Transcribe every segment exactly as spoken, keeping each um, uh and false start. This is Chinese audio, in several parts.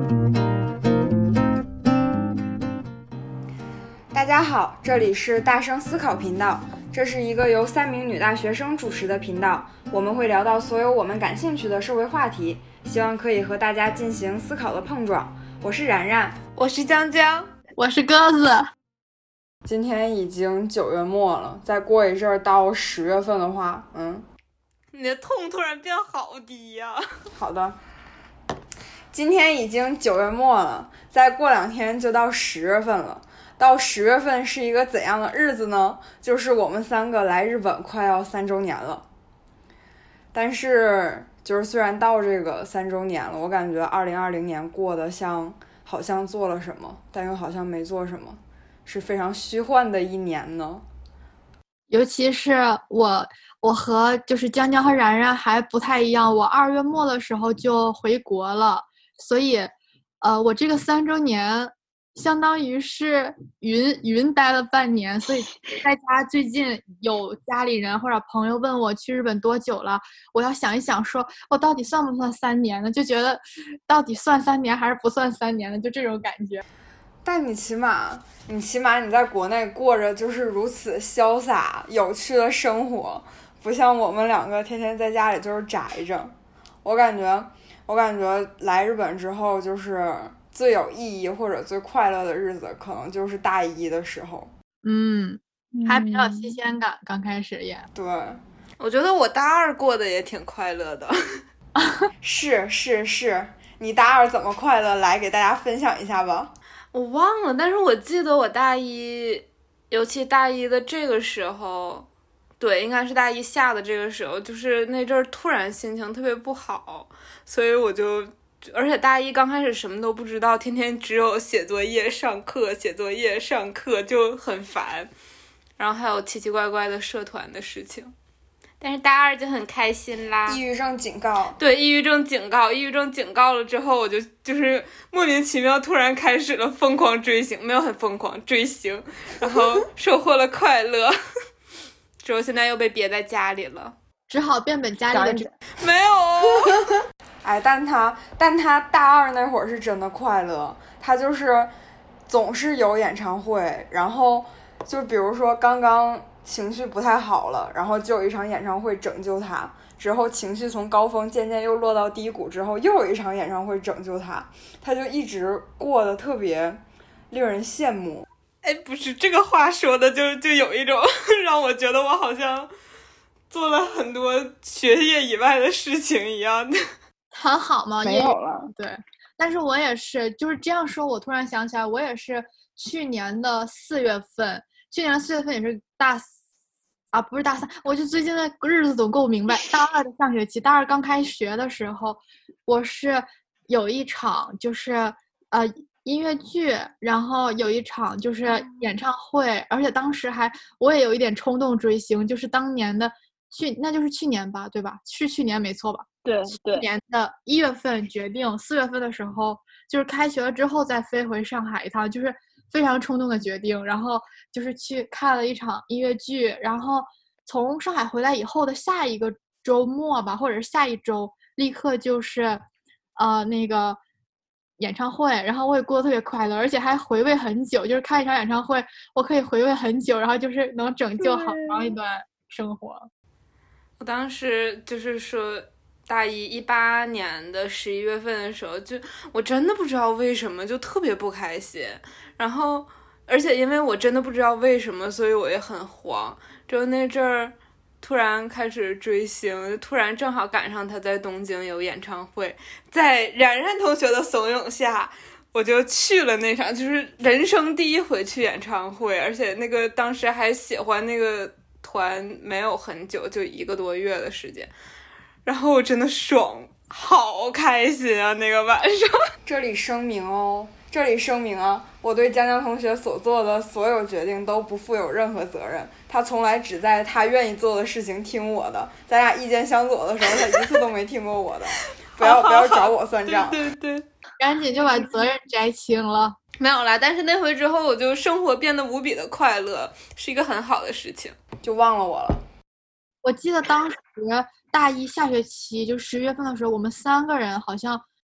大家好，这里是大声思考频道，这是一个由三名女大学生主持的频道，我们会聊到所有我们感兴趣的社会话题，希望可以和大家进行思考的碰撞。我是然然， 我是江江， 我是鸽子。 今天已经九月末了，再过一阵儿到十月份的话，嗯， 你的痛突然变好低呀、啊。 好的，今天已经九月末了，再过两天就到十月份了。到十月份是一个怎样的日子呢？就是我们三个来日本快要三周年了。但是就是虽然到这个三周年了，我感觉二零二零年过得像好像做了什么，但又好像没做什么，是非常虚幻的一年呢。 尤其是我我和就是江江和然然还不太一样，我二月末的时候就回国了，所以呃我这个三周年相当于是云云待了半年，所以在家最近有家里人或者朋友问我去日本多久了，我要想一想说我到底算不算三年呢，就觉得到底算三年还是不算三年呢，就这种感觉。 但你起码你起码你在国内过着就是如此潇洒有趣的生活，不像我们两个天天在家里就是宅着。我感觉我感觉来日本之后就是最有意义或者最快乐的日子可能就是大一的时候。 嗯，还比较有新鲜感、嗯、刚开始也对。 我觉得我大二过得也挺快乐的。 是是是，你大二怎么快乐？来给大家分享一下吧。 我忘了，但是我记得我大一，尤其大一的这个时候，对，应该是大一下的这个时候，就是那阵儿突然心情特别不好，所以我就而且大一刚开始什么都不知道，天天只有写作业上课写作业上课就很烦，然后还有奇奇怪怪的社团的事情，但是大二就很开心啦。 抑郁症警告。 对，抑郁症警告抑郁症警告了之后，我就就是莫名其妙突然开始了疯狂追星，没有很疯狂追星，然后收获了快乐。之后现在又被憋在家里了， 只好变本加厉的。 没有。 哎，但他但他大二那会儿是真的快乐，他就是总是有演唱会，然后就比如说刚刚情绪不太好了，然后就有一场演唱会拯救他，之后情绪从高峰渐渐又落到低谷之后，又有一场演唱会拯救他，他就一直过得特别令人羡慕。 哎，不是这个话说的就就有一种让我觉得我好像做了很多学业以外的事情一样的。 很好嘛， 没有了。 对，但是我也是就是这样说，我突然想起来，我也是去年的四月份，去年的四月份也是大四啊，不是大三，我就最近的日子总够明白。大二的上学期，大二刚开学的时候，我是有一场就是呃音乐剧，然后有一场就是演唱会，而且当时还我也有一点冲动追星，就是当年的去那就是去年吧，对吧？是去年没错吧？ 对对， 去年的一月份决定，四月份的时候就是开学了之后再飞回上海一趟，就是非常冲动的决定。然后就是去看了一场音乐剧，然后从上海回来以后的下一个周末吧，或者是下一周，立刻就是呃那个演唱会，然后我也过得特别快乐，而且还回味很久，就是看一场演唱会我可以回味很久，然后就是能拯救好长一段生活。 我当时就是说大一一八年的十一月份的时候，就我真的不知道为什么就特别不开心，然后而且因为我真的不知道为什么，所以我也很慌。就那阵儿突然开始追星，突然正好赶上他在东京有演唱会，在冉冉同学的怂恿下，我就去了那场，就是人生第一回去演唱会，而且那个当时还喜欢那个团没有很久，就一个多月的时间。然后我真的爽，好开心啊！那个晚上， 这里声明哦，这里声明啊，我对江江同学所做的所有决定都不负有任何责任，他从来只在他愿意做的事情听我的，咱俩意见相左的时候，他一次都没听过我的，不要不要找我算账。 对对对， 赶紧就把责任摘清了。 没有啦，但是那回之后，我就生活变得无比的快乐，是一个很好的事情。 就忘了我了。 我记得当时大一下学期就十月份的时候，我们三个人好像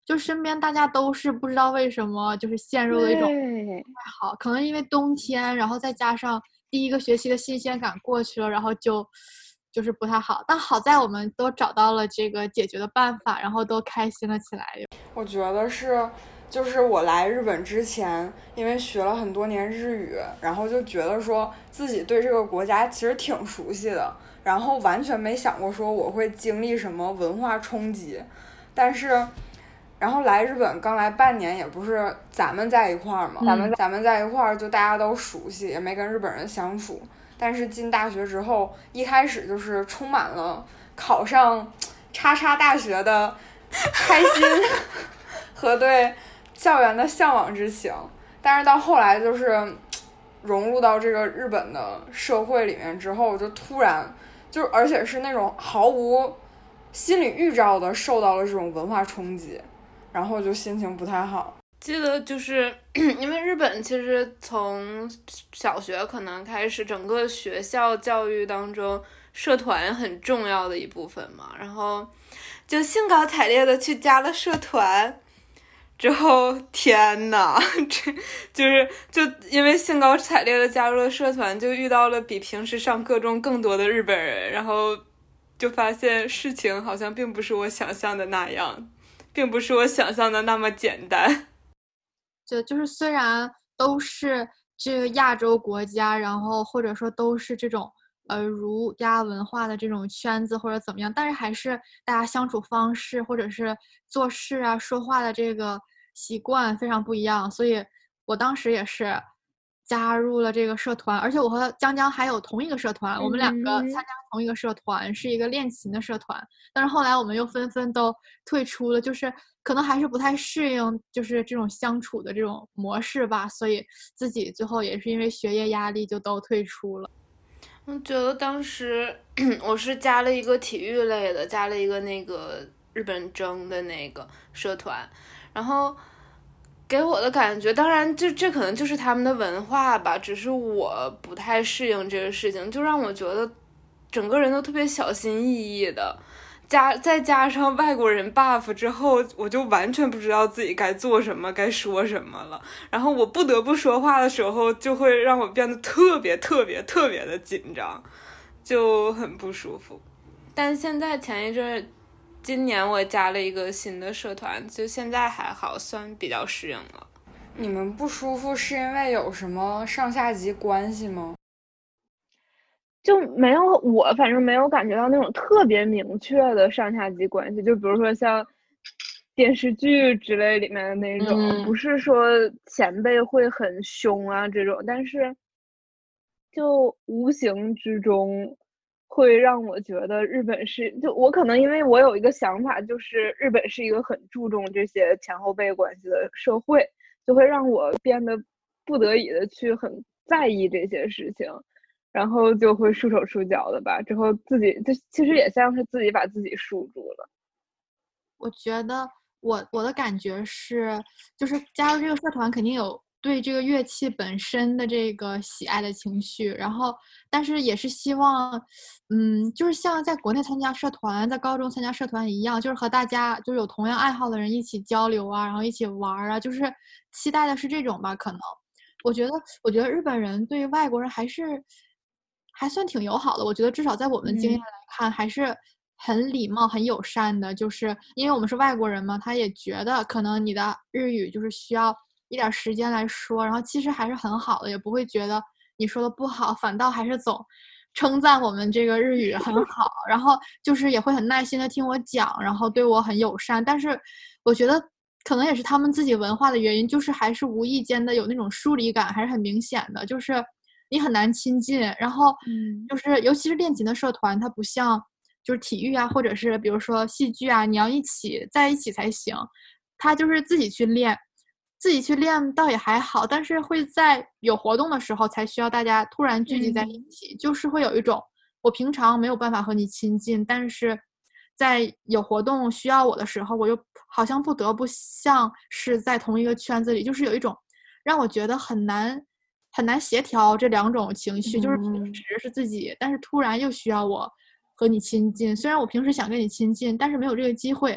就身边大家都是不知道为什么就是陷入了一种对不太好，可能因为冬天，然后再加上第一个学期的新鲜感过去了，然后就就是不太好。但好在我们都找到了这个解决的办法，然后都开心了起来。 我觉得是，就是我来日本之前，因为学了很多年日语，然后就觉得说自己对这个国家其实挺熟悉的，然后完全没想过说我会经历什么文化冲击。但是然后来日本刚来半年，也不是咱们在一块儿嘛，咱们咱们在一块儿就大家都熟悉，也没跟日本人相处。但是进大学之后，一开始就是充满了考上叉叉大学的开心和对校园的向往之情，但是到后来就是融入到这个日本的社会里面之后，就突然就而且是那种毫无心理预兆的受到了这种文化冲击，然后就心情不太好。 记得就是因为日本其实从小学可能开始，整个学校教育当中社团很重要的一部分嘛，然后就兴高采烈的去加了社团，之后天呐，这就是就因为兴高采烈的加入了社团，就遇到了比平时上课中更多的日本人，然后就发现事情好像并不是我想象的那样，并不是我想象的那么简单。 就就是虽然都是这个亚洲国家，然后或者说都是这种呃儒家文化的这种圈子或者怎么样，但是还是大家相处方式或者是做事啊说话的这个习惯非常不一样，所以我当时也是加入了这个社团，而且我和江江还有同一个社团，我们两个参加同一个社团，是一个练琴的社团，但是后来我们又纷纷都退出了，就是可能还是不太适应就是这种相处的这种模式吧，所以自己最后也是因为学业压力就都退出了。 我觉得当时我是加了一个体育类的，加了一个那个日本筝的那个社团，然后给我的感觉，当然就这可能就是他们的文化吧，只是我不太适应这个事情，就让我觉得整个人都特别小心翼翼的，加再加上外国人 buff 之后，我就完全不知道自己该做什么该说什么了，然后我不得不说话的时候，就会让我变得特别特别特别的紧张，就很不舒服。但现在前一阵今年我加了一个新的社团，就现在还好，算比较适应了。 你们不舒服是因为有什么上下级关系吗？ 就没有，我反正没有感觉到那种特别明确的上下级关系，就比如说像电视剧之类里面的那种， 嗯、 不是说前辈会很凶啊这种，但是就无形之中会让我觉得日本是，就我可能因为我有一个想法，就是日本是一个很注重这些前后辈关系的社会，就会让我变得不得已的去很在意这些事情，然后就会束手束脚的吧，之后自己就其实也像是自己把自己束住了。 我觉得我我的感觉是，就是加入这个社团肯定有对这个乐器本身的这个喜爱的情绪，然后但是也是希望，嗯，就是像在国内参加社团，在高中参加社团一样，就是和大家就是有同样爱好的人一起交流啊，然后一起玩啊，就是期待的是这种吧。可能我觉得，我觉得日本人对外国人还是还算挺友好的。我觉得至少在我们的经验来看，还是很礼貌、很友善的。就是因为我们是外国人嘛，他也觉得可能你的日语就是需要一点时间来说，然后其实还是很好的，也不会觉得你说的不好，反倒还是总称赞我们这个日语很好，然后就是也会很耐心的听我讲，然后对我很友善。但是我觉得可能也是他们自己文化的原因，就是还是无意间的有那种疏离感，还是很明显的，就是你很难亲近。然后就是尤其是练琴的社团，它不像就是体育啊，或者是比如说戏剧啊，你要一起在一起才行，他就是自己去练。自己去练倒也还好，但是会在有活动的时候才需要大家突然聚集在一起，嗯、就是会有一种我平常没有办法和你亲近，但是在有活动需要我的时候，我又好像不得不像是在同一个圈子里，就是有一种让我觉得很难很难协调这两种情绪，嗯、就是平时是自己，但是突然又需要我和你亲近，虽然我平时想跟你亲近，但是没有这个机会。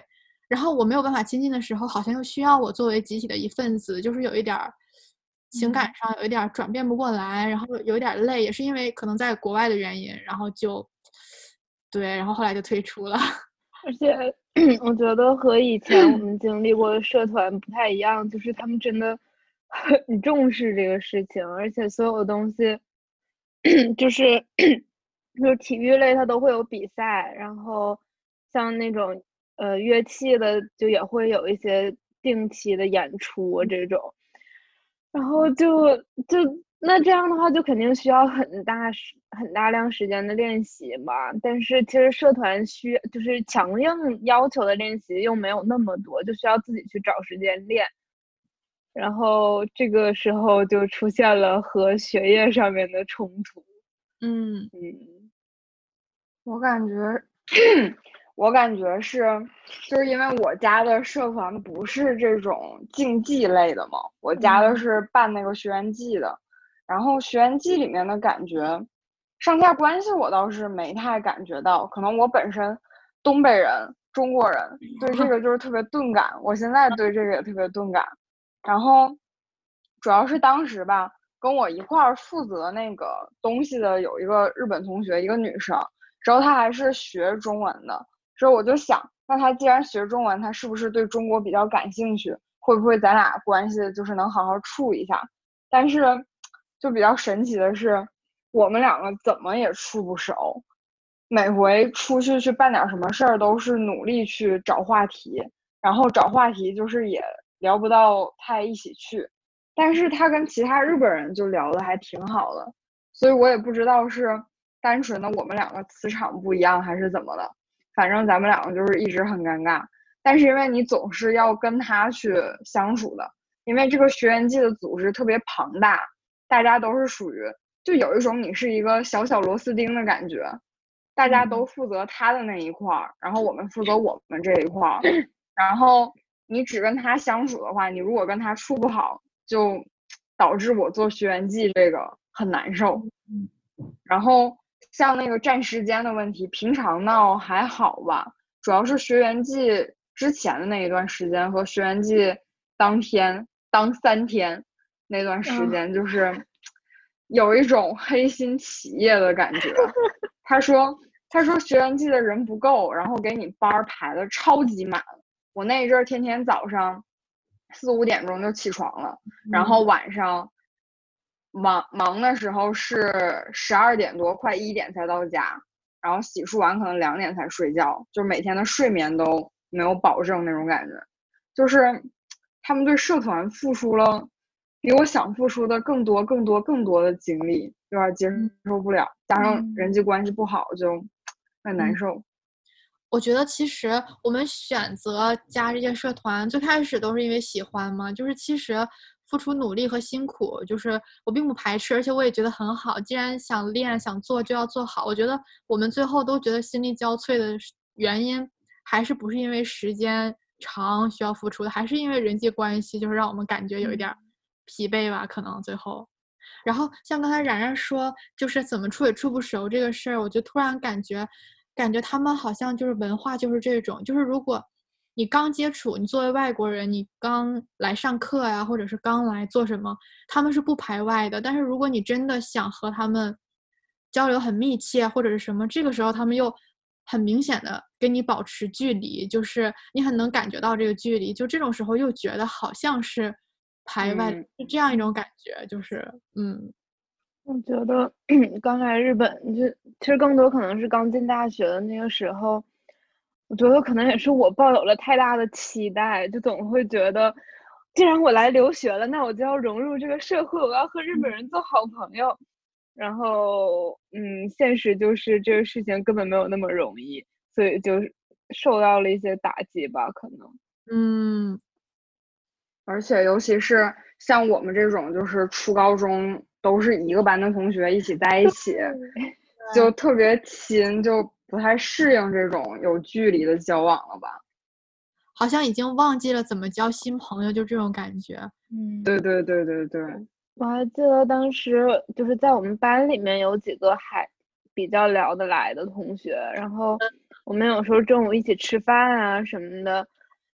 然后我没有办法亲近的时候，好像又需要我作为集体的一份子，就是有一点儿情感上有一点儿转变不过来，然后有一点累，也是因为可能在国外的原因，然后就对，然后后来就退出了。 而且我觉得和以前我们经历过的社团不太一样，就是他们真的很重视这个事情，而且所有的东西就是就是体育类它都会有比赛，然后像那种呃乐器的就也会有一些定期的演出这种，然后就就那这样的话就肯定需要很大时很大量时间的练习嘛，但是其实社团需就是强硬要求的练习又没有那么多，就需要自己去找时间练。然后这个时候就出现了和学业上面的冲突。 嗯嗯， 我感觉，我感觉是，就是因为我家的社团不是这种竞技类的嘛，我家的是办那个学员季的，然后学员季里面的感觉，上下关系我倒是没太感觉到，可能我本身东北人、中国人对这个就是特别钝感，我现在对这个也特别钝感，然后主要是当时吧。跟我一块儿负责那个东西的有一个日本同学，一个女生，之后她还是学中文的，之后我就想，那她既然学中文，她是不是对中国比较感兴趣？会不会咱俩关系就是能好好处一下？但是就比较神奇的是，我们两个怎么也处不熟，每回出去去办点什么事儿都是努力去找话题，然后找话题就是也聊不到太一起去。但是他跟其他日本人就聊的还挺好的，所以我也不知道是单纯的我们两个磁场不一样还是怎么的，反正咱们两个就是一直很尴尬。但是因为你总是要跟他去相处的，因为这个学员季的组织特别庞大，大家都是属于就有一种你是一个小小螺丝钉的感觉，大家都负责他的那一块儿，然后我们负责我们这一块儿，然后你只跟他相处的话，你如果跟他处不好，就导致我做学员季这个很难受。然后像那个占时间的问题，平常闹还好吧，主要是学员季之前的那一段时间和学员季当天当三天那段时间，就是有一种黑心企业的感觉。他说他说学员季的人不够，然后给你班排的超级满。我那一阵儿天天早上四五点钟就起床了，然后晚上忙忙的时候是十二点多快一点才到家，然后洗漱完可能两点才睡觉，就是每天的睡眠都没有保证那种感觉。就是他们对社团付出了比我想付出的更多更多更多的精力，有点接受不了，加上人际关系不好就很难受。 我觉得其实我们选择加这些社团，最开始都是因为喜欢嘛，就是其实付出努力和辛苦，就是我并不排斥，而且我也觉得很好。既然想练想做，就要做好。我觉得我们最后都觉得心力交瘁的原因，还是不是因为时间长需要付出的，还是因为人际关系，就是让我们感觉有一点疲惫吧，可能最后。然后像刚才冉冉说，就是怎么处也处不熟这个事儿，我就突然感觉。感觉他们好像就是文化就是这种，就是如果你刚接触，你作为外国人，你刚来上课呀，或者是刚来做什么，他们是不排外的。但是如果你真的想和他们交流很密切或者是什么，这个时候他们又很明显的跟你保持距离，就是你很能感觉到这个距离，就这种时候又觉得好像是排外， 嗯、 是这样一种感觉，就是嗯。 我觉得刚来日本就其实更多可能是刚进大学的那个时候，我觉得可能也是我抱有了太大的期待，就总会觉得，既然我来留学了，那我就要融入这个社会，我要和日本人做好朋友。然后，嗯，现实就是这个事情根本没有那么容易，所以就受到了一些打击吧，可能。 嗯， 而且尤其是像我们这种，就是初高中都是一个班的同学一起在一起，就特别亲，就不太适应这种有距离的交往了吧？ 好像已经忘记了怎么交新朋友，就这种感觉。 嗯， 对对对对对。 我还记得当时就是在我们班里面有几个还比较聊得来的同学，然后我们有时候中午一起吃饭啊什么的，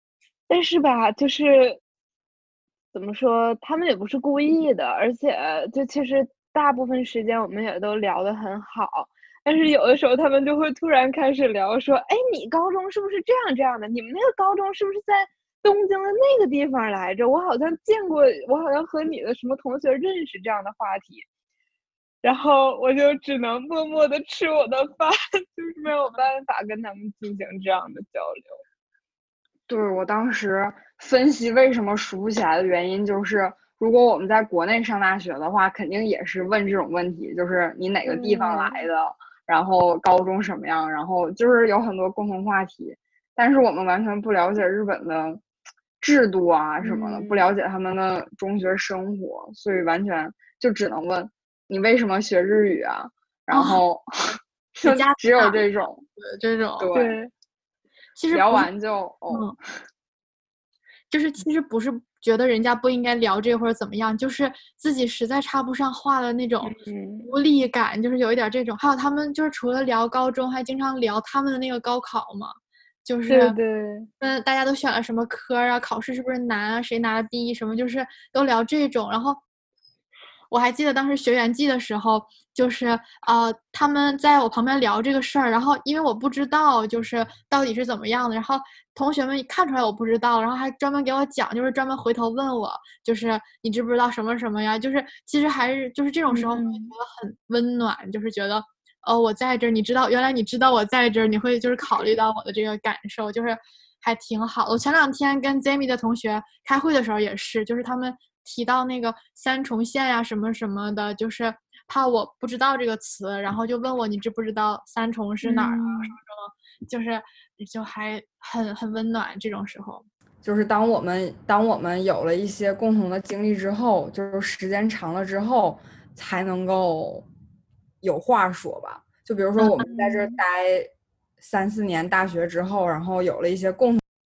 但是吧，就是怎么说，他们也不是故意的，而且就其实大部分时间我们也都聊得很好，但是有的时候他们就会突然开始聊说，哎，你高中是不是这样这样的？你们那个高中是不是在东京的那个地方来着？我好像见过，我好像和你的什么同学认识这样的话题。然后我就只能默默的吃我的饭，就是没有办法跟他们进行这样的交流。 对，我当时分析为什么熟不起来的原因，就是如果我们在国内上大学的话，肯定也是问这种问题，就是你哪个地方来的，嗯、然后高中什么样，然后就是有很多共同话题。但是我们完全不了解日本的制度啊什么的，嗯、不了解他们的中学生活，所以完全就只能问你为什么学日语啊？然后、哦、就只有这种这种对。 其实聊完就哦、 嗯，就是其实不是觉得人家不应该聊这或者怎么样，就是自己实在插不上话的那种无力感，嗯、就是有一点这种。还有他们就是除了聊高中，还经常聊他们的那个高考嘛，就是对对， 嗯，大家都选了什么科啊，考试是不是难啊，谁拿了第一什么，就是都聊这种。然后我还记得当时学员季的时候，就是呃，他们在我旁边聊这个事儿，然后因为我不知道就是到底是怎么样的，然后同学们看出来我不知道，然后还专门给我讲，就是专门回头问我，就是你知不知道什么什么呀？就是其实还是就是这种时候会觉得很温暖，嗯、就是觉得哦我在这儿，你知道，原来你知道我在这儿，你会就是考虑到我的这个感受，就是还挺好。我前两天跟 Jamie 的同学开会的时候也是，就是他们提到那个三重县呀、啊、什么什么的，就是怕我不知道这个词，然后就问我你知不知道三重是哪儿啊、嗯、什么什么，就是就还很很温暖这种时候。 就是当我们当我们有了一些共同的经历之后，就是时间长了之后才能够有话说吧。就比如说我们在这儿待三四年大学之后，然后有了一些共同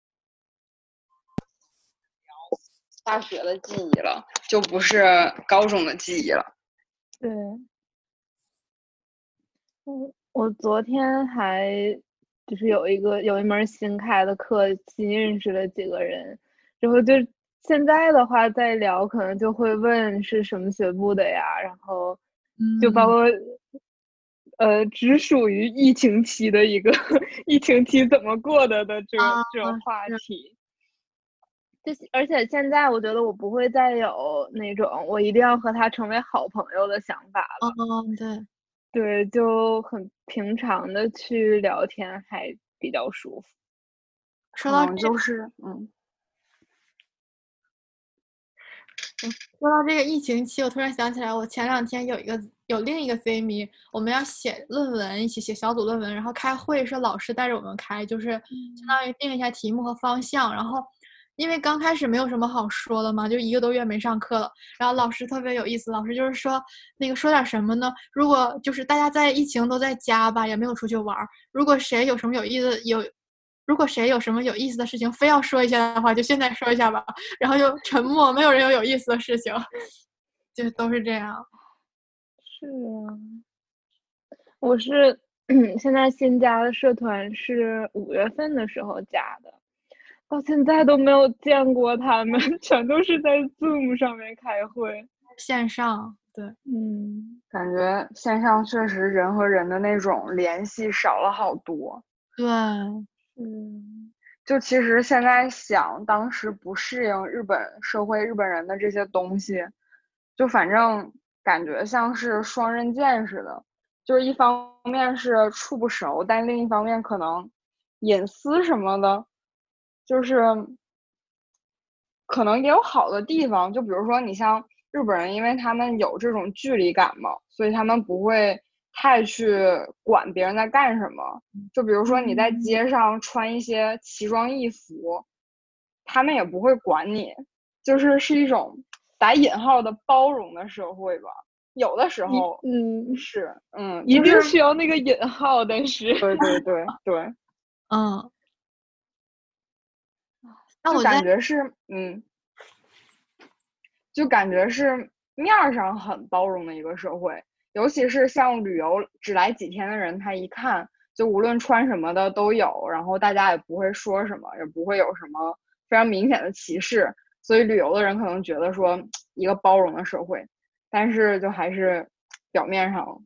大学的记忆了，就不是高中的记忆了。 对，我我昨天还就是有一个有一门新开的课，新认识了几个人，然后就现在的话再聊，可能就会问是什么学部的呀，然后就包括、嗯、呃只属于疫情期的一个疫情期怎么过的的这个、啊、这种话题。就而且现在我觉得我不会再有那种我一定要和他成为好朋友的想法了。 嗯，对。 对，就很平常的去聊天，还比较舒服。 说到这就是嗯， 说到这个疫情期，我突然想起来，我前两天有一个有另一个 Z 迷，我们要写论文，一起写小组论文，然后开会是老师带着我们开，就是相当于定一下题目和方向，然后。因为刚开始没有什么好说的嘛，就一个多月没上课了。然后老师特别有意思，老师就是说，那个说点什么呢？如果就是大家在疫情都在家吧，也没有出去玩，如果谁有什么有意思有，如果谁有什么有意思的事情非要说一下的话，就现在说一下吧。然后就沉默，没有人有有意思的事情，就都是这样。 是啊，我是现在新加的社团是五月份的时候加的。到现在都没有见过他们，全都是在 Zoom 上面开会， 线上。对， 嗯， 感觉线上确实人和人的那种联系少了好多。 对， 嗯， 就其实现在想，当时不适应日本社会、日本人的这些东西，就反正感觉像是双刃剑似的，就是一方面是处不熟，但另一方面可能隐私什么的。就是可能也有好的地方，就比如说你像日本人，因为他们有这种距离感嘛，所以他们不会太去管别人在干什么。就比如说你在街上穿一些奇装异服，他们也不会管你，就是是一种打引号的包容的社会吧。有的时候， 嗯， 是，嗯， 一定需要那个引号，但是， 对对对对， 嗯。 就感觉是，嗯，就感觉是面上很包容的一个社会，尤其是像旅游只来几天的人，他一看就无论穿什么的都有，然后大家也不会说什么，也不会有什么非非常明显的歧视，所以旅游的人可能觉得说一个包容的社会，但是就还是表面上。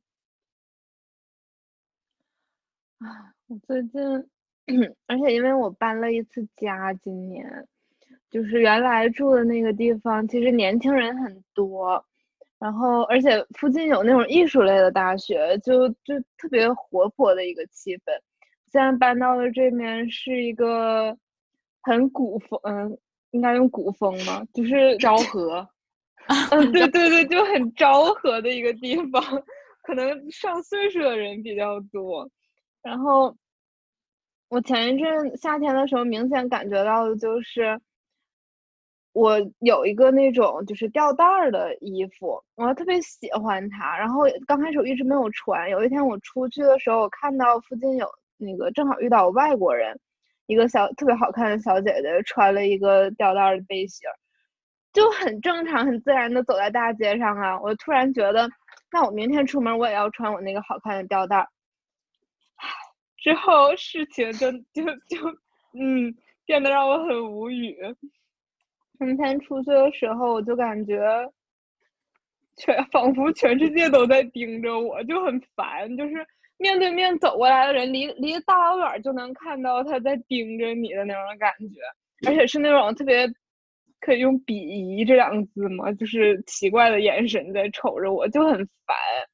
啊，我最近，而且因为我搬了一次家，今年就是原来住的那个地方，其实年轻人很多，然后而且附近有那种艺术类的大学，就就特别活泼的一个气氛。现在搬到了这边是一个很古风，嗯，应该用古风吗？就是昭和， 嗯，对对对，就很昭和的一个地方，可能上岁数的人比较多。然后我前一阵夏天的时候，明显感觉到的就是，我有一个那种就是吊带儿的衣服，我特别喜欢它。然后刚开始我一直没有穿，有一天我出去的时候，我看到附近有那个正好遇到外国人，一个小特别好看的小姐姐穿了一个吊带儿的背心儿，就很正常、很自然的走在大街上啊。我突然觉得，那我明天出门我也要穿我那个好看的吊带儿。之后事情就就就嗯变得让我很无语。今天出去的时候，我就感觉全仿佛全世界都在盯着我，就很烦。就是面对面走过来的人，离离大老远就能看到他在盯着你的那种感觉，而且是那种特别可以用鄙夷这两个字吗？就是奇怪的眼神在瞅着我，就很烦。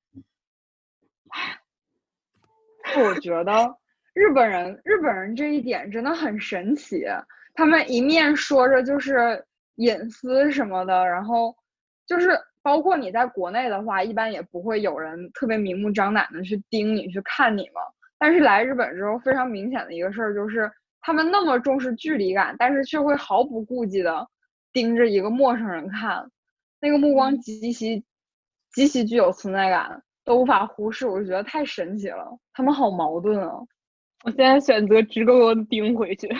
我觉得日本人日本人这一点真的很神奇，他们一面说着就是隐私什么的，然后就是包括你在国内的话，一般也不会有人特别明目张胆的去盯你去看你嘛。但是来日本之后，非常明显的一个事儿就是，他们那么重视距离感，但是却会毫不顾忌的盯着一个陌生人看，那个目光极其极其具有存在感。都无法忽视，我就觉得太神奇了。他们好矛盾啊！ 我现在选择直勾勾的盯回去。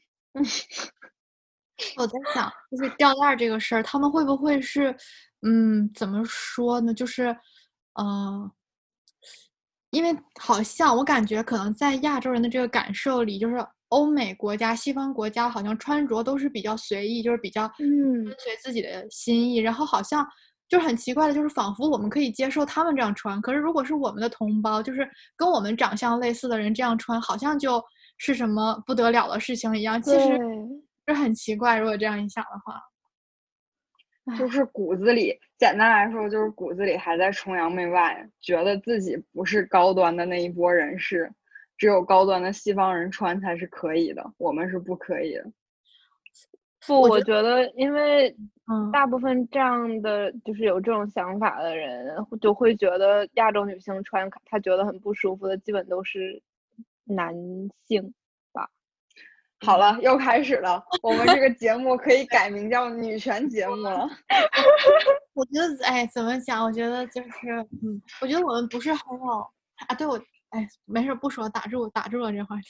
我在想，就是吊带这个事儿，他们会不会是，嗯，怎么说呢？就是，嗯、呃，因为好像我感觉，可能在亚洲人的这个感受里，就是欧美国家、西方国家好像穿着都是比较随意，就是比较嗯， 跟随自己的心意，然后好像。就是很奇怪的，就是仿佛我们可以接受他们这样穿，可是如果是我们的同胞，就是跟我们长相类似的人这样穿，好像就是什么不得了的事情一样。其实是很奇怪，如果这样一想的话， 就是骨子里，简单来说就是骨子里还在崇洋媚外，觉得自己不是高端的那一波人士，只有高端的西方人穿才是可以的，我们是不可以的。 不，我觉得，因为嗯， 大部分这样的就是有这种想法的人，就会觉得亚洲女性穿他觉得很不舒服的，基本都是男性吧。 好了，又开始了，我们这个节目可以改名叫女权节目了。 我觉得，哎，怎么讲？我觉得就是，嗯，我觉得我们不是很好啊。对，我，哎，没事，不说，打住，打住了这话题。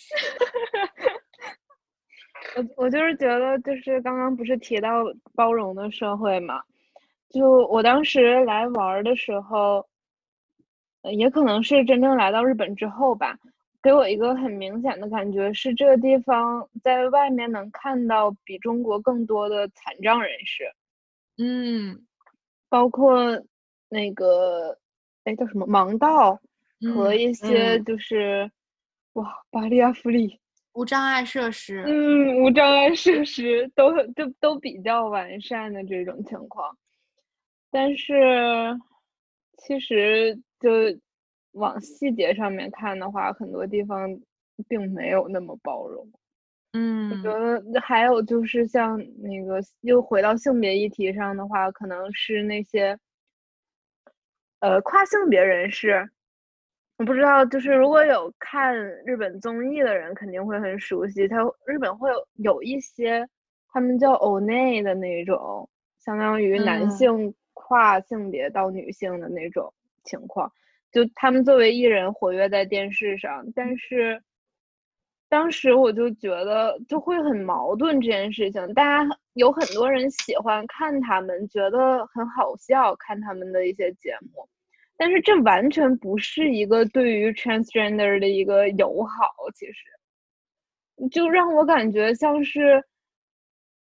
我我就是觉得，就是刚刚不是提到包容的社会嘛，就我当时来玩的时候，也可能是真正来到日本之后吧，给我一个很明显的感觉是，这个地方在外面能看到比中国更多的残障人士， 嗯， 包括那个，哎，叫什么盲道和嗯一些嗯就是，哇，巴利亚福利。 无障碍设施。 嗯，无障碍设施都都都比较完善的这种情况，但是其实就往细节上面看的话，很多地方并没有那么包容。我觉嗯得还有就是像那个又回到性别议题上的话，可能是那些呃跨性别人士。我不知道，就是如果有看日本综艺的人，肯定会很熟悉。他日本会有有一些，他们叫欧内的那种，相当于男嗯性跨性别到女性的那种情况。就他们作为艺人活跃在电视上，但是当时我就觉得就会很矛盾这件事情。大家有很多人喜欢看他们，觉得很好笑，看他们的一些节目。但是这完全不是一个对于 transgender 的一个友好，其实就让我感觉像是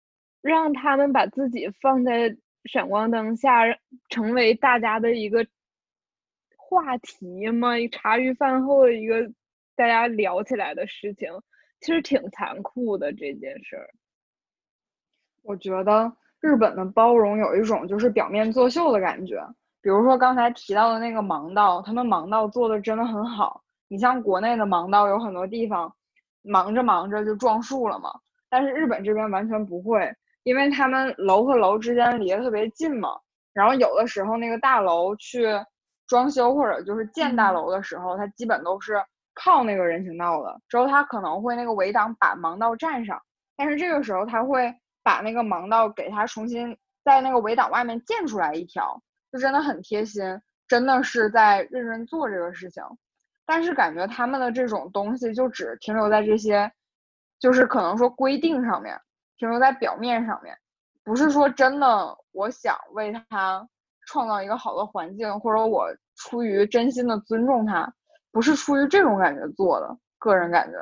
让他们把自己放在闪光灯下，成为大家的一个话题嘛，茶余饭后的一个大家聊起来的事情，其实挺残酷的这件事儿。 我觉得日本的包容有一种就是表面作秀的感觉，比如说刚才提到的那个盲道，他们盲道做的真的很好。你像国内的盲道有很多地方忙着忙着就撞树了嘛，但是日本这边完全不会，因为他们楼和楼之间离得特别近嘛，然后有的时候那个大楼去装修或者就是建大楼的时候，它基本都是靠那个人行道的，之后它可能会那个围挡把盲道占上，但是这个时候它会把那个盲道给它重新在那个围挡外面建出来一条，就真的很贴心，真的是在认真做这个事情。但是感觉他们的这种东西就只停留在这些，就是可能说规定上面，停留在表面上面，不是说真的我想为他创造一个好的环境，或者我出于真心的尊重他，不是出于这种感觉做的，个人感觉。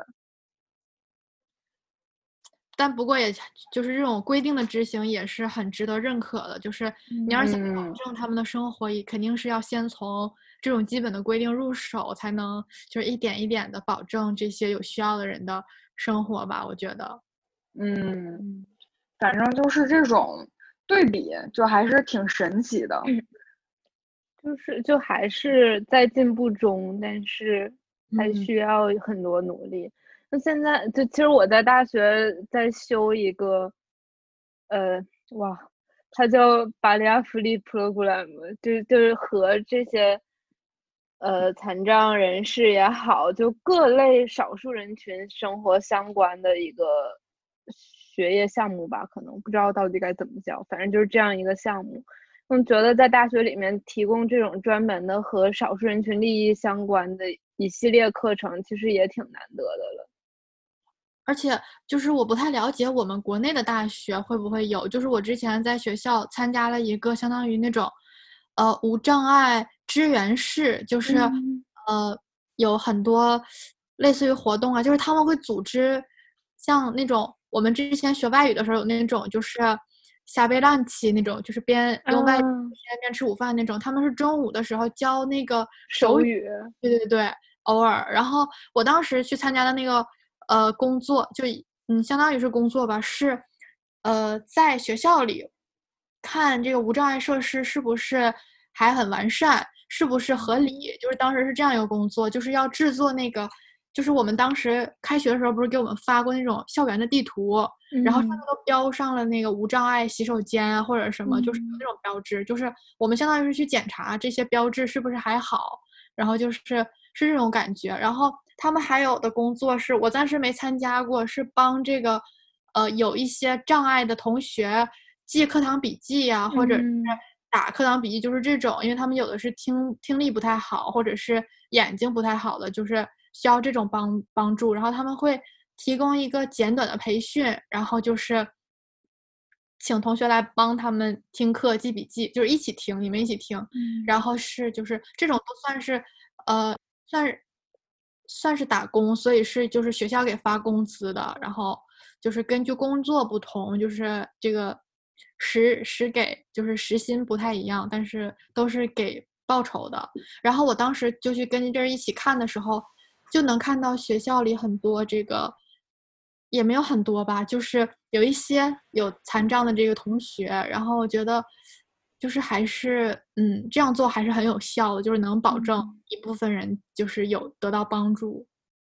但不过也就是这种规定的执行也是很值得认可的，就是你要是想保证他们的生活，也肯定是要先从这种基本的规定入手，才能就是一点一点的保证这些有需要的人的生活吧，我觉得。 嗯，反正就是这种对比就还是挺神奇的。 嗯，就是就还是在进步中，但是还需要很多努力。嗯，那现在就其实我在大学在修一个，呃，哇，它叫巴利亚福利 program，就就是和这些，呃，残障人士也好，就各类少数人群生活相关的一个学业项目吧，可能不知道到底该怎么叫，反正就是这样一个项目。我觉得在大学里面提供这种专门的和少数人群利益相关的一系列课程，其实也挺难得的了。 而且就是我不太了解我们国内的大学会不会有，就是我之前在学校参加了一个相当于那种，呃，无障碍支援室，就是、嗯、呃有很多类似于活动啊，就是他们会组织像那种我们之前学外语的时候有那种就是下杯浪期那种，就是边用外语边吃午饭那种，他们是中午的时候教那个手语，对对对，偶尔。然后我当时去参加的那个。呃，工作就嗯，相当于是工作吧，是呃，在学校里看这个无障碍设施是不是还很完善，是不是合理。就是当时是这样一个工作，就是要制作那个，就是我们当时开学的时候不是给我们发过那种校园的地图，嗯、然后上面都标上了那个无障碍洗手间啊或者什么，嗯、就是那种标志，就是我们相当于是去检查这些标志是不是还好，然后就是是这种感觉，然后。他们还有的工作是我暂时没参加过，是帮这个，呃，有一些障碍的同学记课堂笔记呀、啊，或者是打课堂笔记，就是这种，因为他们有的是听听力不太好，或者是眼睛不太好的，就是需要这种帮帮助。然后他们会提供一个简短的培训，然后就是请同学来帮他们听课记笔记，就是一起听，你们一起听。嗯、然后是就是这种都算是，呃，算是。算是打工，所以是就是学校给发工资的，然后就是根据工作不同，就是这个时时给就是时薪不太一样，但是都是给报酬的。然后我当时就去跟这儿一起看的时候，就能看到学校里很多这个也没有很多吧，就是有一些有残障的这个同学，然后我觉得。就是还是嗯，这样做还是很有效的，就是能保证一部分人就是有得到帮助。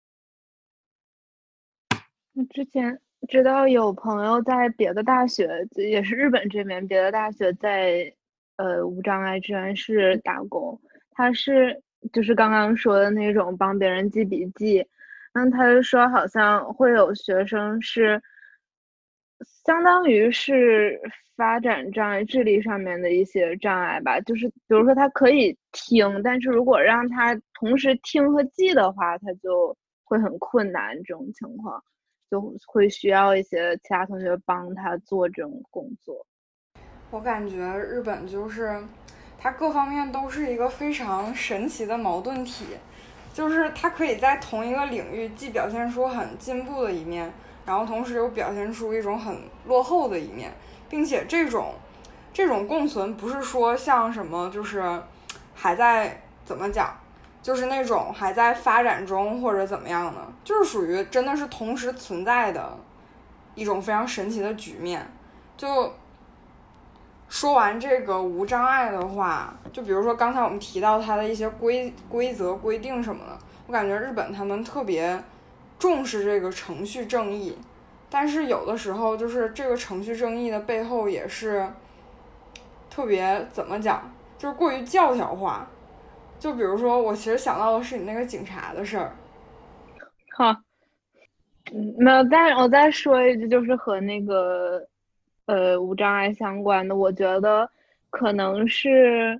我之前知道有朋友在别的大学，也是日本这边别的大学在呃无障碍支援室打工，他是就是刚刚说的那种帮别人记笔记，然后他就说好像会有学生是相当于是。发展障碍、智力上面的一些障碍吧，就是比如说他可以听，但是如果让他同时听和记的话，他就会很困难。这种情况就会需要一些其他同学帮他做这种工作。 我感觉日本就是它各方面都是一个非常神奇的矛盾体，就是它可以在同一个领域既表现出很进步的一面， 然后同时又表现出一种很落后的一面，并且这种这种共存不是说像什么就是还在怎么讲，就是那种还在发展中或者怎么样的，就是属于真的是同时存在的一种非常神奇的局面。就说完这个无障碍的话，就比如说刚才我们提到它的一些规规则规定什么的，我感觉日本他们特别重视这个程序正义，但是有的时候就是这个程序正义的背后也是特别怎么讲，就是过于教条化。就比如说我其实想到的是你那个警察的事儿。 好，嗯，没有，再我再说一句，就是和那个呃无障碍相关的，我觉得可能是，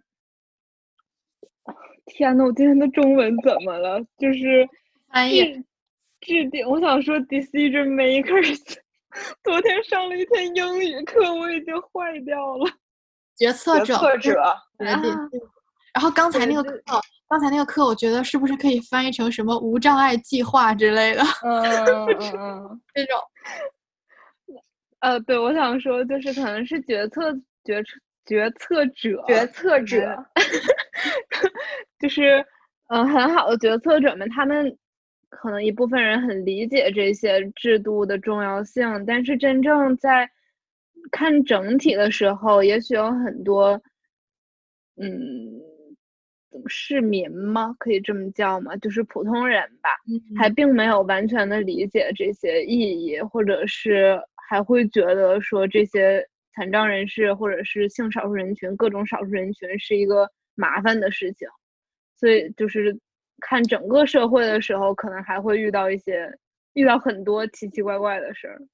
天呐，我今天的中文怎么了？就是翻译制定，我想说 decision makers。昨天上了一天英语课，我已经坏掉了。 决策者， 决策者， 决定。啊、然后刚才那个课，刚才那个课，我觉得是不是可以翻译成什么无障碍计划之类的？ 嗯嗯嗯， 这种。 呃，对，我想说就是可能是决策决策决策者， 决策者， 就是嗯、呃、很好的决策者们，他们可能一部分人很理解这些制度的重要性，但是真正在看整体的时候，也许有很多嗯怎么市民吗？可以这么叫吗？就是普通人吧， 嗯、 还并没有完全的理解这些意义，或者是还会觉得说这些残障人士或者是性少数人群各种少数人群是一个麻烦的事情，所以就是看整个社会的时候，可能还会遇到一些遇到很多奇奇怪怪的事儿。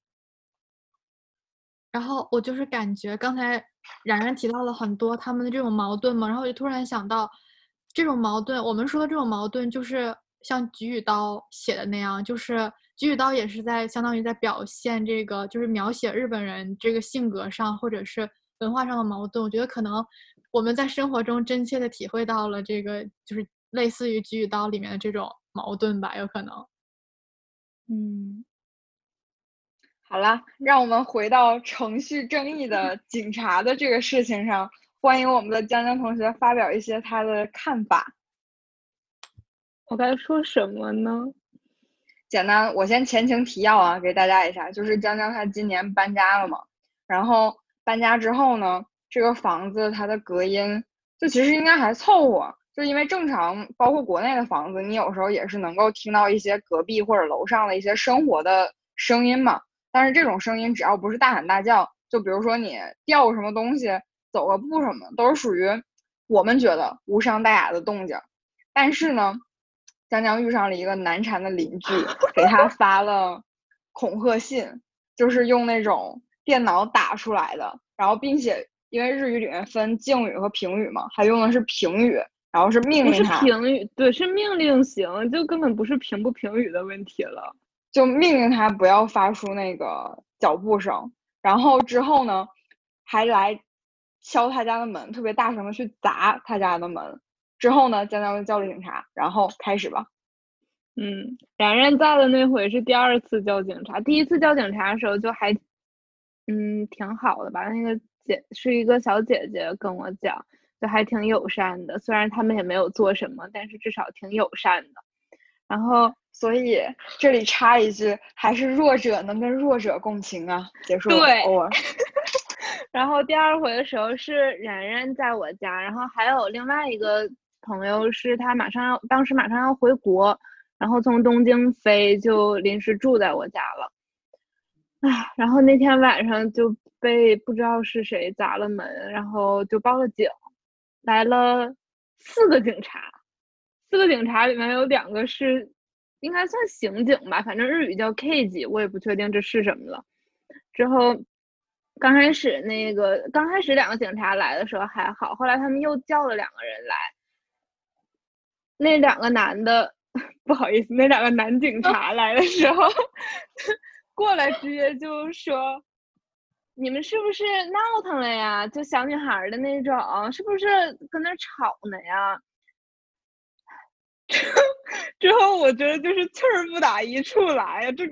然后我就是感觉刚才冉冉提到了很多他们的这种矛盾嘛，然后我就突然想到，这种矛盾，我们说的这种矛盾，就是像菊与刀写的那样，就是菊与刀也是在相当于在表现这个，就是描写日本人这个性格上或者是文化上的矛盾。我觉得可能我们在生活中真切的体会到了这个，就是类似于菊与刀里面的这种矛盾吧，有可能。 嗯。 好了，让我们回到程序正义的警察的这个事情上，欢迎我们的江江同学发表一些他的看法。 我该说什么呢？ 简单，我先前情提要啊，给大家一下，就是江江他今年搬家了嘛，然后搬家之后呢，这个房子它的隔音就其实应该还凑合，就因为正常包括国内的房子，你有时候也是能够听到一些隔壁或者楼上的一些生活的声音嘛。但是这种声音只要不是大喊大叫，就比如说你掉什么东西、走个步什么的，都是属于我们觉得无伤大雅的动静。但是呢，江江遇上了一个难缠的邻居，给他发了恐吓信，就是用那种电脑打出来的，然后并且因为日语里面分敬语和平语嘛，还用的是平语，然后是命令他。 不是平语，对，是命令型，就根本不是平不平语的问题了。 就命令他不要发出那个脚步声，然后之后呢，还来敲他家的门，特别大声的去砸他家的门。之后呢，江江就叫了警察，然后开始吧。 嗯，冉冉在的那回是第二次叫警察，第一次叫警察的时候就还，嗯，挺好的吧。那个姐是一个小姐姐跟我讲，就还挺友善的。虽然他们也没有做什么，但是至少挺友善的。然后， 所以这里插一句，还是弱者能跟弱者共情啊。结束了。 对。 偶尔。 然后第二回的时候是冉冉在我家，然后还有另外一个朋友是他马上要，当时马上要回国，然后从东京飞，就临时住在我家了。唉，然后那天晚上就被不知道是谁砸了门，然后就报了警，来了四个警察。四个警察里面有两个是应该算刑警吧，反正日语叫 K 级，我也不确定这是什么了。之后刚开始那个刚开始两个警察来的时候还好，后来他们又叫了两个人来，那两个男的不好意思，那两个男警察来的时候过来直接就说，你们是不是闹腾了呀？就小女孩的那种，是不是跟那吵呢呀？之后我觉得就是气儿不打一处来呀，这给我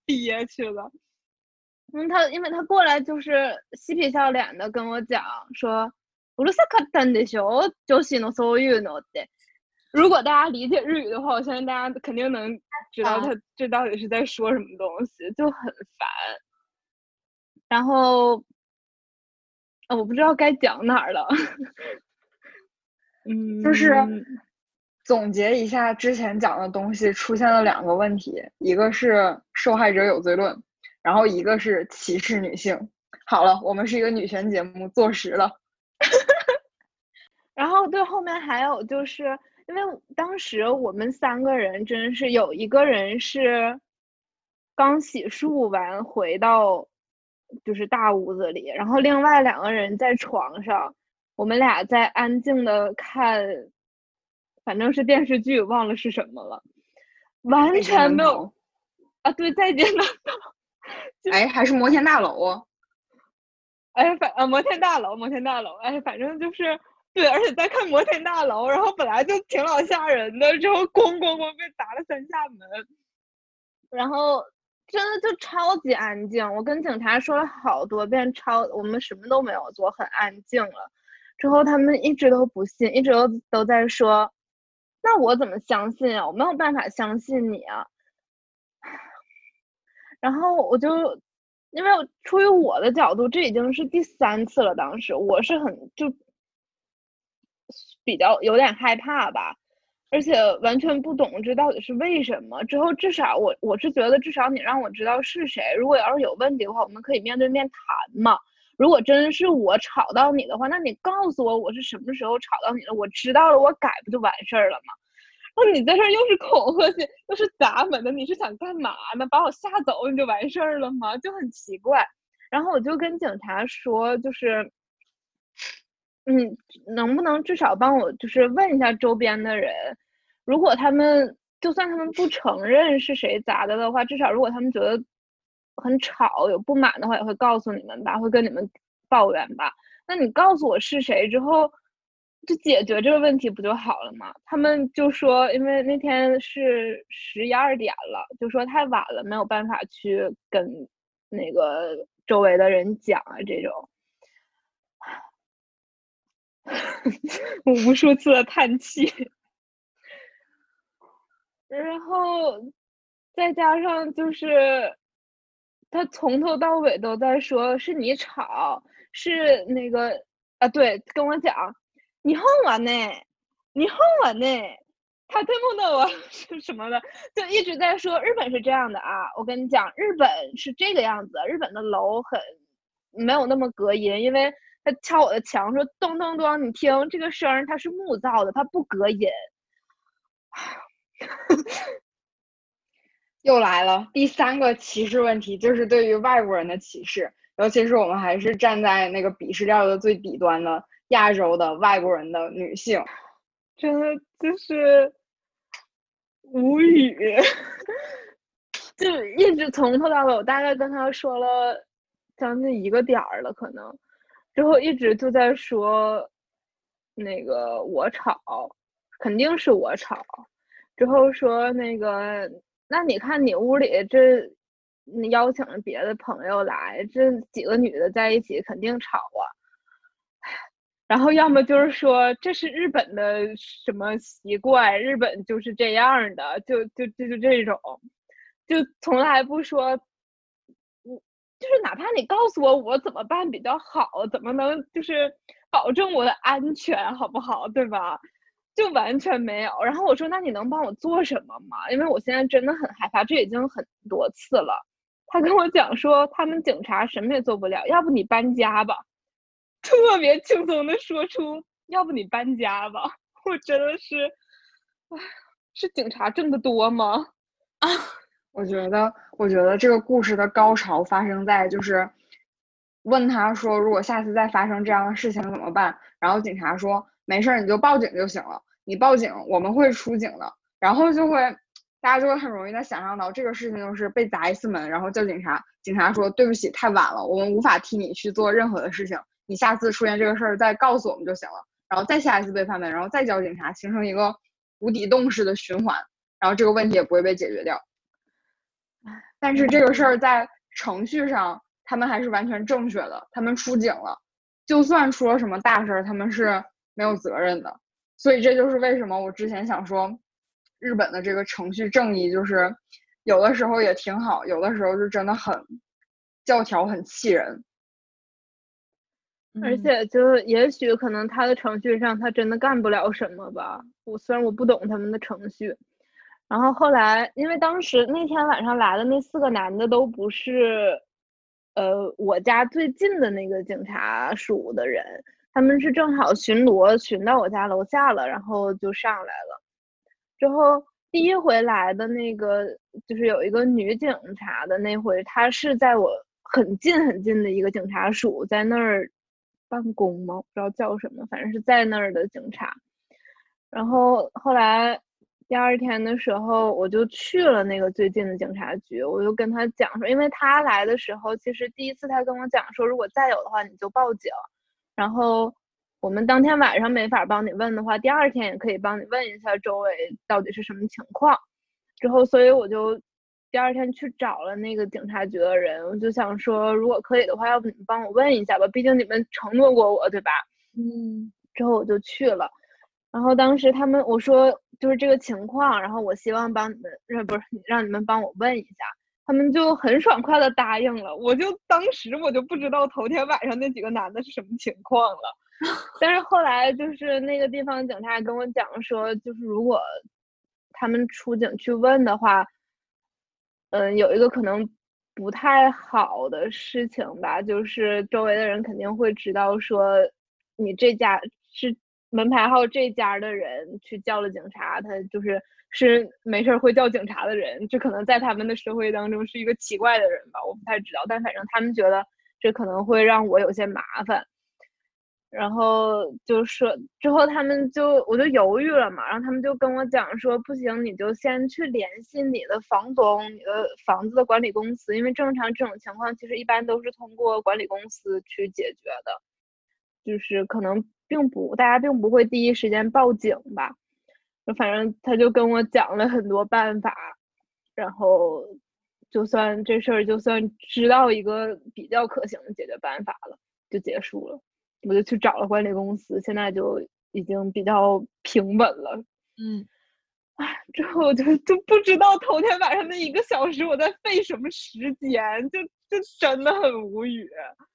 憋屈了。嗯，他因为他过来就是嬉皮笑脸的跟我讲说，うるさかったんでしょ、女子のそういうのって。如果大家理解日语的话，我相信大家肯定能知道他这到底是在说什么东西，就很烦。然后，啊，我不知道该讲哪儿了。嗯， 就是总结一下之前讲的东西，出现了两个问题，一个是受害者有罪论，然后一个是歧视女性。好了，我们是一个女权节目，坐实了。 然后对，后面还有就是因为当时我们三个人真是有一个人是刚洗漱完回到就是大屋子里，然后另外两个人在床上，我们俩在安静的看，反正是电视剧，忘了是什么了，完全没有啊，对，再见南头， 哎，还是摩天大楼啊， 哎，反啊摩天大楼，摩天大楼，哎，反正就是对，而且在看摩天大楼，然后本来就挺老吓人的，之后咣咣咣被砸了三下门，然后真的就超级安静。我跟警察说了好多遍，超我们什么都没有做，很安静了。之后他们一直都不信，一直都都在说，那我怎么相信啊？我没有办法相信你啊。然后我就因为出于我的角度，这已经是第三次了，当时我是很就比较有点害怕吧，而且完全不懂这到底是为什么。之后至少我我是觉得至少你让我知道是谁，如果要是有问题的话，我们可以面对面谈嘛。如果真是我吵到你的话，那你告诉我我是什么时候吵到你的，我知道了我改不就完事儿了吗？然后你在这儿又是恐吓性又是砸门的，你是想干嘛呢？把我吓走你就完事儿了吗？就很奇怪。然后我就跟警察说，就是嗯，能不能至少帮我就是问一下周边的人，如果他们就算他们不承认是谁砸的的话，至少如果他们觉得很吵有不满的话，也会告诉你们吧，会跟你们抱怨吧。那你告诉我是谁之后，就解决这个问题不就好了吗？他们就说，因为那天是十一二点了，就说太晚了，没有办法去跟那个周围的人讲啊这种。我无数次的叹气，然后再加上就是他从头到尾都在说是你吵，是那个啊，对，跟我讲你哄我呢，你哄我呢，他听不懂我是什么的，就一直在说日本是这样的啊，我跟你讲，日本是这个样子，日本的楼很没有那么隔音，因为他敲我的墙说咚咚咚，你听这个声它是木造的，它不隔音。 又来了第三个歧视问题，就是对于外国人的歧视，尤其是我们还是站在那个鄙视链的最底端的亚洲的外国人的女性， 真的就是无语。就一直从头到尾，我大概跟他说了将近一个点儿了，可能之后一直就在说那个我吵，肯定是我吵。之后说那个，那你看你屋里这，你邀请了别的朋友来，这几个女的在一起肯定吵啊。然后要么就是说这是日本的什么习惯，日本就是这样的，就就就就这种，就从来不说，我就是哪怕你告诉我我怎么办比较好，怎么能就是保证我的安全，好不好，对吧？就完全没有。然后我说那你能帮我做什么吗？因为我现在真的很害怕，这已经很多次了。他跟我讲说他们警察什么也做不了，要不你搬家吧。特别轻松的说出要不你搬家吧。我真的是，是警察挣得多吗？ 啊，我觉得我觉得这个故事的高潮发生在就是问他说如果下次再发生这样的事情怎么办，然后警察说没事你就报警就行了，你报警我们会出警的，然后就会大家就会很容易的想象到这个事情就是被砸一次门，然后叫警察，警察说对不起太晚了，我们无法替你去做任何的事情，你下次出现这个事儿再告诉我们就行了，然后再下一次被拍门，然后再叫警察，形成一个无底洞式的循环，然后这个问题也不会被解决掉。 但是这个事儿在程序上他们还是完全正确的，他们出警了，就算出了什么大事儿，他们是没有责任的。所以这就是为什么我之前想说日本的这个程序正义就是有的时候也挺好，有的时候就真的很教条，很气人。 而且就也许可能他的程序上他真的干不了什么吧，我虽然我不懂他们的程序。然后后来因为当时那天晚上来的那四个男的都不是呃我家最近的那个警察署的人，他们是正好巡逻巡到我家楼下了，然后就上来了。之后第一回来的那个就是有一个女警察的那回，她是在我很近很近的一个警察署在那儿办公吗？我不知道叫什么，反正是在那儿的警察。然后后来第二天的时候，我就去了那个最近的警察局，我就跟他讲说，因为他来的时候，其实第一次他跟我讲说，如果再有的话，你就报警。然后我们当天晚上没法帮你问的话，第二天也可以帮你问一下周围到底是什么情况。之后，所以我就第二天去找了那个警察局的人，我就想说，如果可以的话，要不你们帮我问一下吧，毕竟你们承诺过我，对吧？ 嗯。 之后我就去了，然后当时他们我说就是这个情况，然后我希望帮你们，不是让你们帮我问一下。他们就很爽快的答应了，我就当时我就不知道头天晚上那几个男的是什么情况了。但是后来就是那个地方警察跟我讲说，就是如果他们出警去问的话，嗯，有一个可能不太好的事情吧，就是周围的人肯定会知道说你这家是门牌号这家的人去叫了警察，他就是是没事会叫警察的人，这可能在他们的社会当中是一个奇怪的人吧，我不太知道，但反正他们觉得这可能会让我有些麻烦。然后就说之后他们就我就犹豫了嘛，然后他们就跟我讲说，不行，你就先去联系你的房东，你的房子的管理公司，因为正常这种情况其实一般都是通过管理公司去解决的，就是可能并不大家并不会第一时间报警吧。反正他就跟我讲了很多办法，然后就算这事儿就算知道一个比较可行的解决办法了，就结束了。我就去找了管理公司，现在就已经比较平稳了。 嗯， 哎，之后就就不知道头天晚上那一个小时我在费什么时间，就就真的很无语。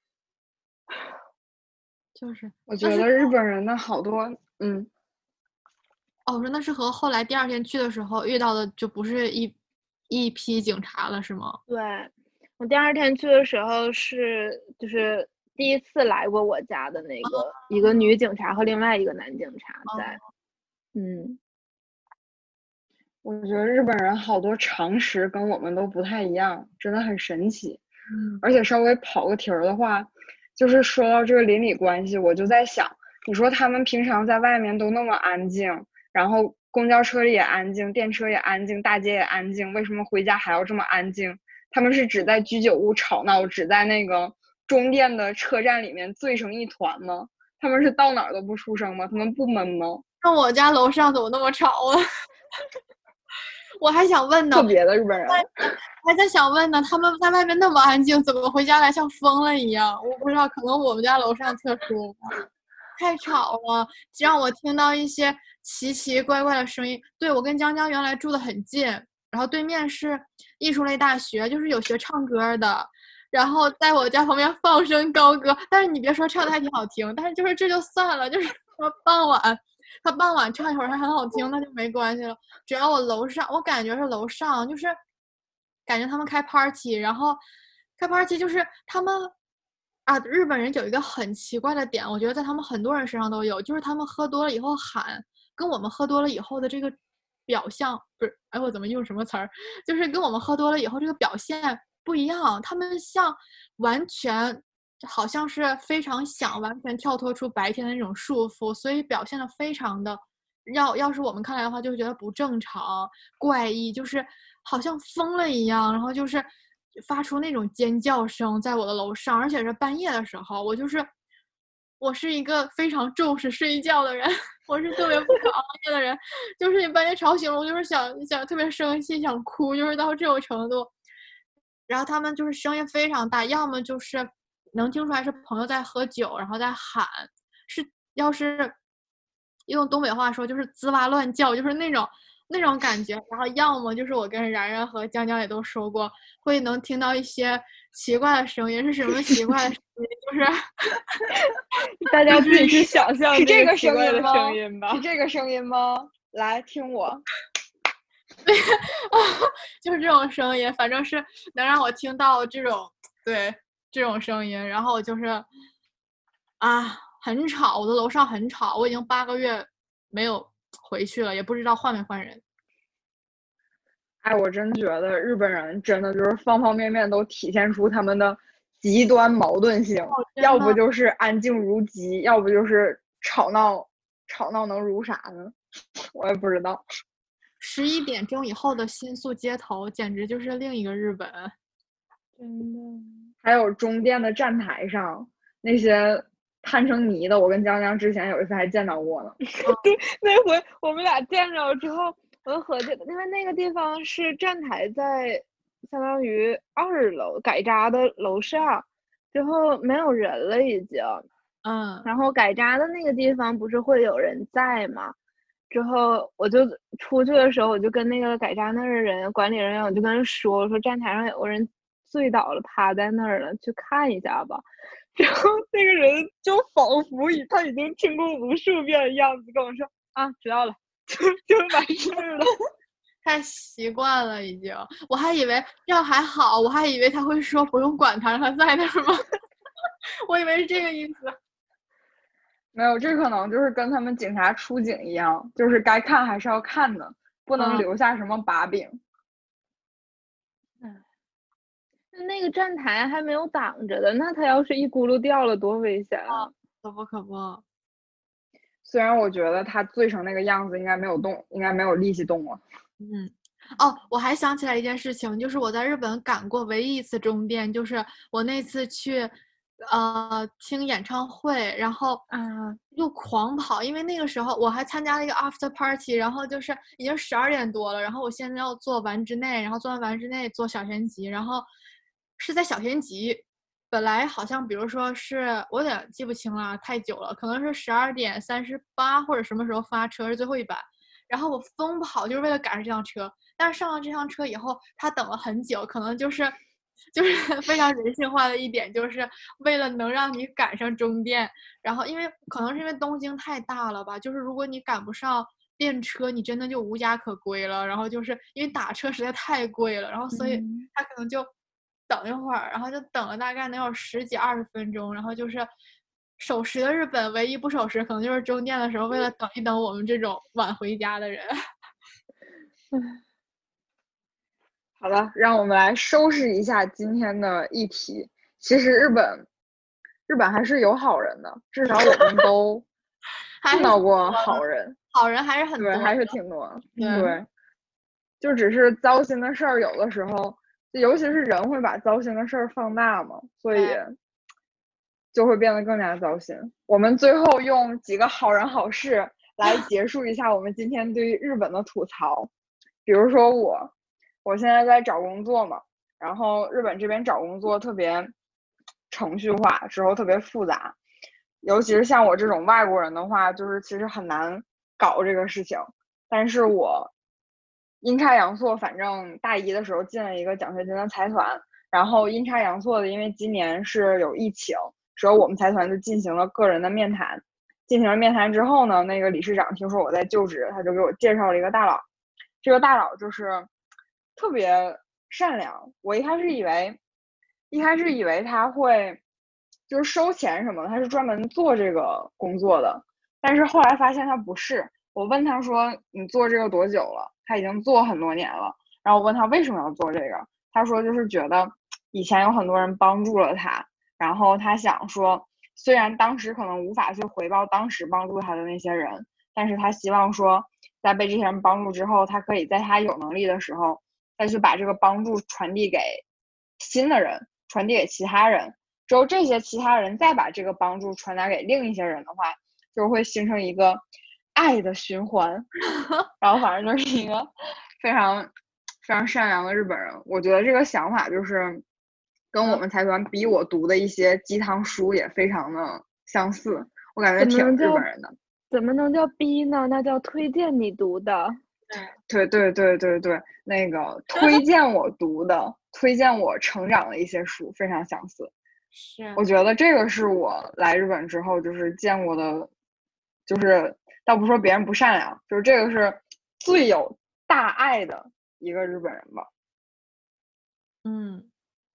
就是我觉得日本人的好多，嗯， 哦，我说那是和后来第二天去的时候遇到的就不是一一批警察了，是吗？ 对，我第二天去的时候是就是第一次来过我家的那个、哦、一个女警察和另外一个男警察在。哦、嗯， 我觉得日本人好多常识跟我们都不太一样，真的很神奇。 嗯， 而且稍微跑个题儿的话，就是说到这个邻里关系，我就在想，你说他们平常在外面都那么安静，然后公交车里也安静，电车也安静，大街也安静，为什么回家还要这么安静？他们是只在居酒屋吵闹，只在那个中电的车站里面醉成一团吗？他们是到哪儿都不出声吗？他们不闷吗？ 那我家楼上怎么那么吵啊？我还想问呢， 特别的日本人， 还在想问呢，他们在外面那么安静，怎么回家来像疯了一样？我不知道，可能我们家楼上特殊，太吵了，让我听到一些奇奇怪怪的声音。对，我跟江江原来住得很近，然后对面是艺术类大学，就是有学唱歌的，然后在我家旁边放声高歌。但是你别说，唱的还挺好听，但是就是这就算了，就是说傍晚。他傍晚唱一会儿还很好听，那就没关系了。只要我楼上，我感觉是楼上，就是感觉他们开 party， 然后开 party 就是他们啊，日本人有一个很奇怪的点，我觉得在他们很多人身上都有，就是他们喝多了以后喊，跟我们喝多了以后的这个表象不是，哎，我怎么用什么词儿？就是跟我们喝多了以后这个表现不一样，他们像完全。好像是非常想完全跳脱出白天的那种束缚，所以表现的非常的，要要是我们看来的话，就会觉得不正常、怪异，就是好像疯了一样，然后就是发出那种尖叫声，在我的楼上，而且是半夜的时候，我就是我是一个非常重视睡觉的人，我是特别不可熬夜的人，就是你半夜吵醒了，我就是想想特别生气，想哭，就是到这种程度。 然后他们就是声音非常大，要么就是能听出来是朋友在喝酒，然后在喊，是要是用东北话说就是滋哇乱叫，就是那种那种感觉。然后要么就是我跟然然和江江也都说过，会能听到一些奇怪的声音，是什么奇怪的声音？就是大家自己去想象是这个奇怪的声音吗？ 声音吧。 是这个声音吗？来听我。 就是这种声音，反正是能让我听到这种对这种声音，然后就是啊很吵，我的楼上很吵，我已经八个月没有回去了，也不知道换没换人。 哎，我真觉得日本人真的就是方方面面都体现出他们的极端矛盾性， 哦、 要不就是安静如鸡，要不就是吵闹吵闹能如啥呢？我也不知道。 十一点钟以后的新宿街头简直就是另一个日本， 真的。 还有中电的站台上那些摊成泥的，我跟江江之前有一次还见到过呢。 对，那回我们俩见着之后，我就合计，因为那个地方是站台在相当于二楼改扎的楼上，之后没有人了已经。 嗯， 然后改扎的那个地方不是会有人在吗？之后我就出去的时候，我就跟那个改扎那儿的人管理人员，我就跟人说，我说站台上有个人醉倒了，趴在那儿了，去看一下吧。然后那个人就仿佛以他已经听过无数遍的样子跟我说啊，知道了，就就完事儿了。 太习惯了已经，我还以为这样还好，我还以为他会说不用管他，让他在那儿吗？我以为是这个意思。 没有，这可能就是跟他们警察出警一样，就是该看还是要看的，不能留下什么把柄。 嗯，那个站台还没有挡着的，那他要是一轱辘掉了，多危险啊！ 可不可不。 虽然我觉得他醉成那个样子，应该没有动，应该没有力气动了。 嗯，哦，我还想起来一件事情，就是我在日本赶过唯一一次终电，就是我那次去。呃，听演唱会，然后啊， 又狂跑，因为那个时候我还参加了一个 after party，然后就是已经十二点多了，然后我现在要做丸之内，然后做完丸之内做小田急，然后是在小田急，本来好像比如说是我有点记不清了，太久了，可能是十二点三十八或者什么时候发车是最后一班，然后我疯跑就是为了赶上这辆车，但是上了这辆车以后，他等了很久，可能就是。就是非常人性化的一点，就是为了能让你赶上终电，然后因为可能是因为东京太大了吧，就是如果你赶不上电车，你真的就无家可归了。然后就是因为打车实在太贵了，然后所以他可能就等一会儿，然后就等了大概能有十几二十分钟，然后就是守时的日本唯一不守时，可能就是终电的时候，为了等一等我们这种晚回家的人。 好了，让我们来收拾一下今天的议题。其实日本，日本还是有好人的，至少我们都碰到过好人， 好人还是很多， 对，还是挺多。 对， 对，就只是糟心的事儿，有的时候，尤其是人会把糟心的事儿放大嘛，所以就会变得更加糟心。我们最后用几个好人好事来结束一下我们今天对于日本的吐槽。比如说我。我现在在找工作嘛，然后日本这边找工作特别程序化，之后特别复杂，尤其是像我这种外国人的话，就是其实很难搞这个事情。但是我阴差阳错，反正大一的时候进了一个奖学金的财团，然后阴差阳错的，因为今年是有疫情，之后我们财团就进行了个人的面谈。进行了面谈之后呢，那个理事长听说我在就职，他就给我介绍了一个大佬，这个大佬就是特别善良，我一开始以为，一开始以为他会就是收钱什么的，他是专门做这个工作的，但是后来发现他不是。我问他说：“你做这个多久了？”他已经做很多年了。然后我问他为什么要做这个，他说就是觉得以前有很多人帮助了他，然后他想说，虽然当时可能无法去回报当时帮助他的那些人，但是他希望说，在被这些人帮助之后，他可以在他有能力的时候。再去把这个帮助传递给新的人，传递给其他人，之后这些其他人再把这个帮助传达给另一些人的话，就会形成一个爱的循环。然后反正就是一个非常非常善良的日本人。我觉得这个想法就是跟我们财团逼我读的一些鸡汤书也非常的相似，我感觉挺日本人的。 怎么能叫逼呢？那叫推荐你读的。 对对对对对，那个推荐我读的，推荐我成长的一些书非常相似。 是， 我觉得这个是我来日本之后就是见过的，就是倒不说别人不善良，就是这个是最有大爱的一个日本人吧。 嗯，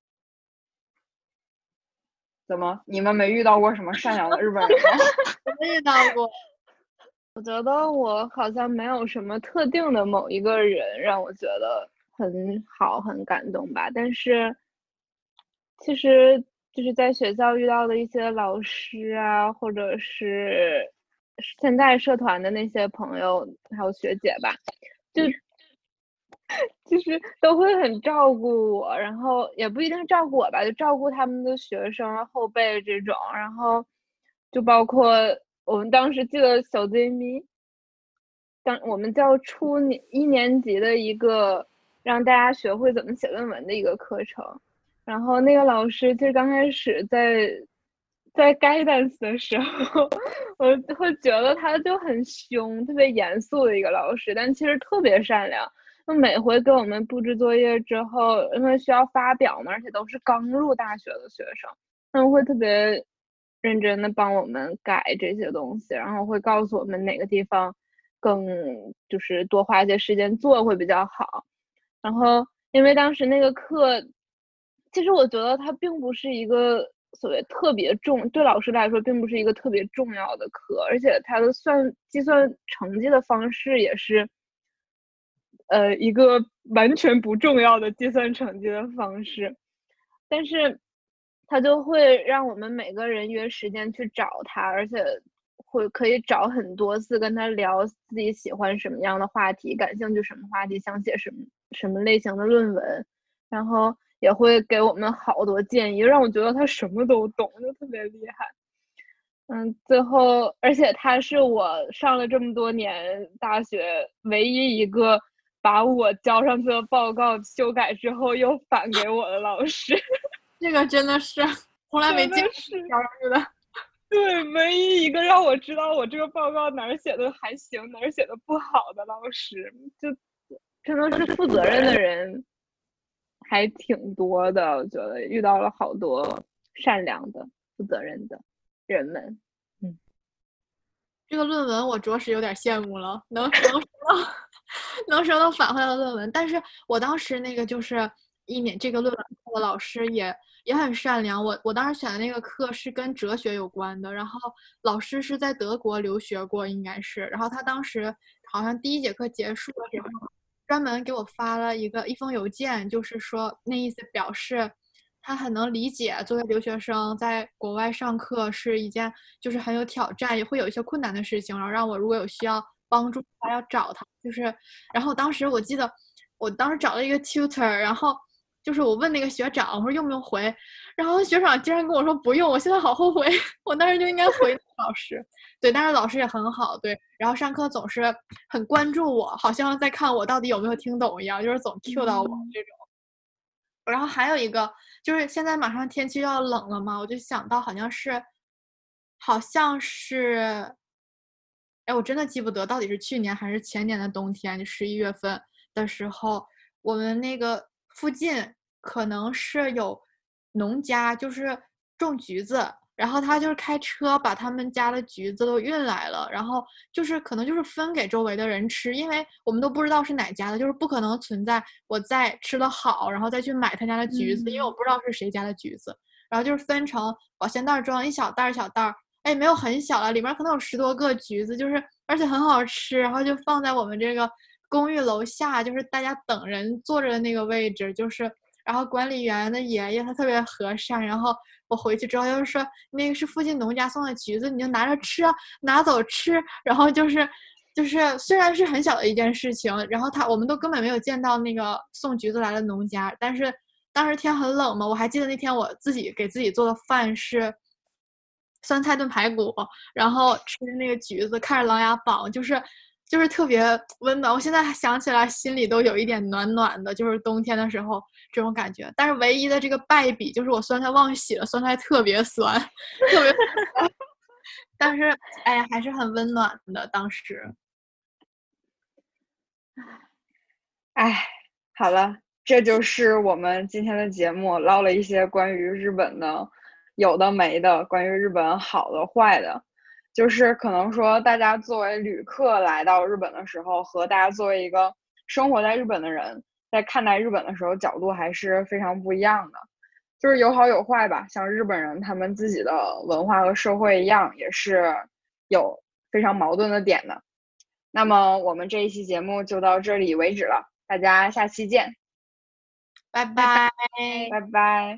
怎么你们没遇到过什么善良的日本人吗？ 我遇到过。 我觉得我好像没有什么特定的某一个人让我觉得很好、很感动吧。但是，其实就是在学校遇到的一些老师啊，或者是现在社团的那些朋友，还有学姐吧，就就是都会很照顾我，然后也不一定照顾我吧，就照顾他们的学生后辈这种，然后就包括。我们当时记得小 Z 咪，当我们叫初年一年级的一个让大家学会怎么写论文的一个课程，然后那个老师其实刚开始在在 guidance 的时候，我会觉得他就很凶，特别严肃的一个老师，但其实特别善良。就每回给我们布置作业之后，因为需要发表嘛，而且都是刚入大学的学生，他们会特别认真的帮我们改这些东西，然后会告诉我们哪个地方更就是多花一些时间做会比较好。然后因为当时那个课，其实我觉得它并不是一个所谓特别重，对老师来说并不是一个特别重要的课，而且它的算计算成绩的方式也是呃一个完全不重要的计算成绩的方式，但是他就会让我们每个人约时间去找他，而且会可以找很多次跟他聊自己喜欢什么样的话题，感兴趣什么话题，想写什么什么类型的论文，然后也会给我们好多建议，让我觉得他什么都懂，就特别厉害。嗯，最后而且他是我上了这么多年大学唯一一个把我交上去的报告修改之后又返给我的老师。 这个真的是从来没见过交上去的。 对，唯一一个让我知道我这个报告哪儿写的还行，哪儿写的不好的老师，就真的是负责任的人还挺多的。我觉得遇到了好多善良的、负责任的人们。嗯， 这个论文我着实有点羡慕了，能能收到能收到返回来的论文。但是我当时那个就是一年这个论文课的老师也也很善良。我我当时选的那个课是跟哲学有关的，然后老师是在德国留学过，应该是。然后他当时好像第一节课结束了之后，专门给我发了一个一封邮件，就是说那意思表示他很能理解作为留学生在国外上课是一件就是很有挑战，也会有一些困难的事情，然后让我如果有需要帮助他要找他，就是然后当时我记得我当时找了一个 tutor， 然后就是我问那个学长我说用不用回，然后学长竟然跟我说不用，我现在好后悔，我当时就应该回老师。对，但是老师也很好，对，然后上课总是很关注我，好像在看我到底有没有听懂一样，就是总 cue 到我这种。嗯、然后还有一个就是现在马上天气要冷了嘛，我就想到好像是好像是哎，我真的记不得到底是去年还是前年的冬天，就十一月份的时候，我们那个附近可能是有农家，就是种橘子，然后他就是开车把他们家的橘子都运来了，然后就是可能就是分给周围的人吃，因为我们都不知道是哪家的，就是不可能存在我在吃的好，然后再去买他家的橘子，嗯、因为我不知道是谁家的橘子，然后就是分成保鲜袋装，一小袋小袋。哎，没有很小了，里面可能有十多个橘子，就是而且很好吃，然后就放在我们这个公寓楼下，就是大家等人坐着的那个位置，就是然后管理员的爷爷他特别和善，然后我回去之后就是说那个是附近农家送的橘子，你就拿着吃啊，拿走吃，然后就是就是虽然是很小的一件事情，然后他我们都根本没有见到那个送橘子来的农家，但是当时天很冷嘛，我还记得那天我自己给自己做的饭是酸菜炖排骨，然后吃那个橘子，看着《琅琊榜》，就是就是特别温暖。我现在想起来心里都有一点暖暖的，就是冬天的时候这种感觉。但是唯一的这个败笔就是我酸菜忘洗了，酸菜特别酸，特别酸。但是哎呀，还是很温暖的当时。 哎，好了，这就是我们今天的节目，唠了一些关于日本的有的没的，关于日本好的坏的。就是可能说大家作为旅客来到日本的时候，和大家作为一个生活在日本的人在看待日本的时候角度还是非常不一样的，就是有好有坏吧。像日本人他们自己的文化和社会一样，也是有非常矛盾的点的。那么我们这一期节目就到这里为止了，大家下期见， 拜拜拜拜。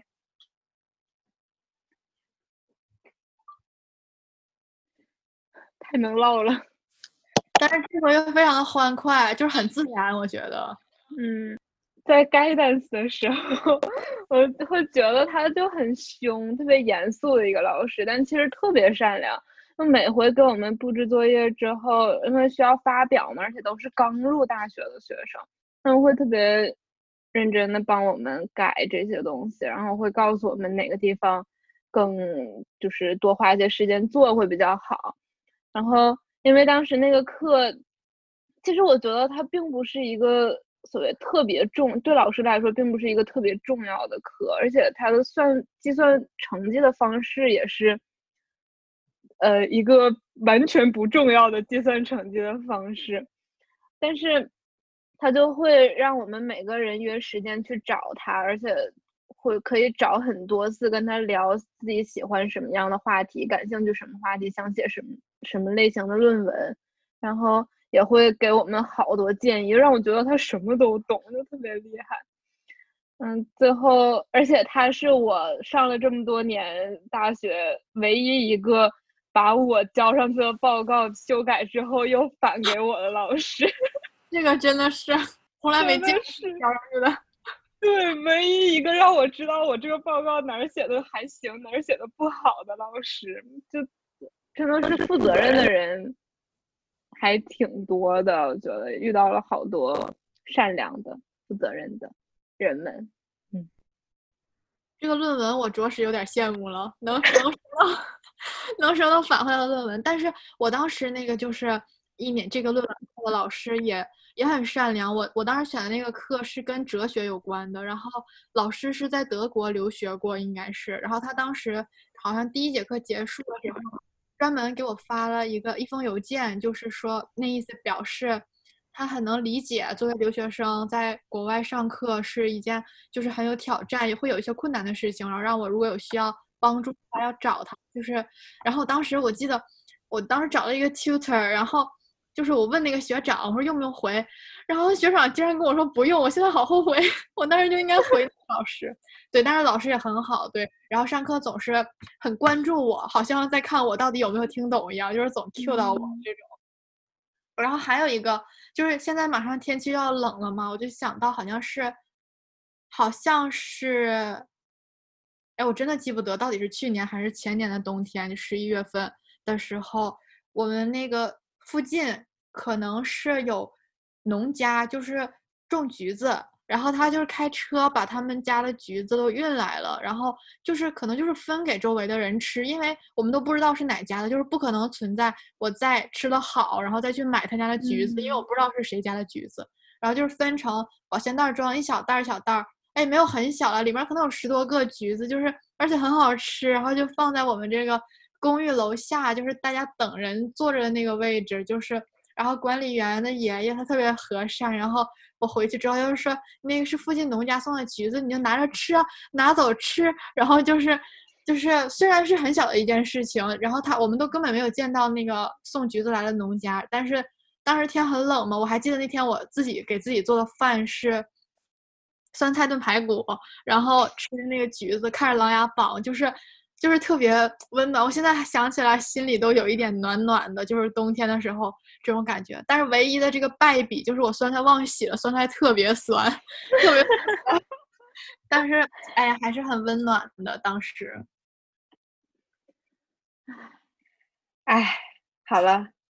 太能唠了， 但是这回又非常的欢快，就是很自然，我觉得。 嗯，在 guidance 的时候，我会觉得他就很凶，特别严肃的一个老师，但其实特别善良。就每回给我们布置作业之后，因为需要发表嘛，而且都是刚入大学的学生，他们会特别认真的帮我们改这些东西，然后会告诉我们哪个地方更就是多花一些时间做会比较好。然后因为当时那个课，其实我觉得它并不是一个所谓特别重，对老师来说并不是一个特别重要的课，而且它的算计算成绩的方式也是呃一个完全不重要的计算成绩的方式，但是他就会让我们每个人约时间去找他，而且会可以找很多次跟他聊自己喜欢什么样的话题，感兴趣什么话题，想写什么什么类型的论文，然后也会给我们好多建议，让我觉得他什么都懂，就特别厉害。嗯，最后，而且他是我上了这么多年大学唯一一个把我交上去的报告修改之后又返给我的老师。 这个真的是从来没见过交上去的。 对，唯一一个让我知道我这个报告哪儿写的还行，哪儿写的不好的老师，就真的是负责任的人还挺多的。我觉得遇到了好多善良的、负责任的人们。嗯， 这个论文我着实有点羡慕了，能能收到能收到返回来的论文。但是我当时那个就是一年这个论文课的老师也也很善良。我我当时选的那个课是跟哲学有关的，然后老师是在德国留学过，应该是。然后他当时好像第一节课结束的时候，专门给我发了一个一封邮件，就是说那意思表示。他很能理解，作为留学生在国外上课是一件就是很有挑战，也会有一些困难的事情。然后让我如果有需要帮助，还要找他。就是，然后当时我记得，我当时找了一个 tutor，然后就是我问那个学长，我说用不用回，然后学长竟然跟我说不用。我现在好后悔，我当时就应该回老师。对，但是老师也很好，对，然后上课总是很关注我，好像在看我到底有没有听懂一样，就是总 cue 到我这种。然后还有一个就是现在马上天气要冷了嘛，我就想到好像是，好像是，哎，我真的记不得到底是去年还是前年的冬天，就十一月份的时候，我们那个附近可能是有农家，就是种橘子。然后他就是开车把他们家的橘子都运来了，然后就是可能就是分给周围的人吃，因为我们都不知道是哪家的，就是不可能存在我在吃的好，然后再去买他家的橘子， 嗯、 因为我不知道是谁家的橘子。然后就是分成保鲜袋装，一小袋小袋，哎，没有很小了，里面可能有十多个橘子，就是而且很好吃，然后就放在我们这个公寓楼下，就是大家等人坐着的那个位置，就是。然后管理员的爷爷他特别和善，然后我回去之后又说那个是附近农家送的橘子，你就拿着吃啊，拿走吃。然后就是就是虽然是很小的一件事情，然后他我们都根本没有见到那个送橘子来的农家，但是当时天很冷嘛，我还记得那天我自己给自己做的饭是酸菜炖排骨，然后吃那个橘子，看着琅琊榜，就是就是特别温暖。我现在想起来心里都有一点暖暖的，就是冬天的时候这种感觉。但是唯一的这个败笔就是我酸菜忘洗了，酸菜特别酸，特别酸。但是哎呀，还是很温暖的当时。 哎，好了，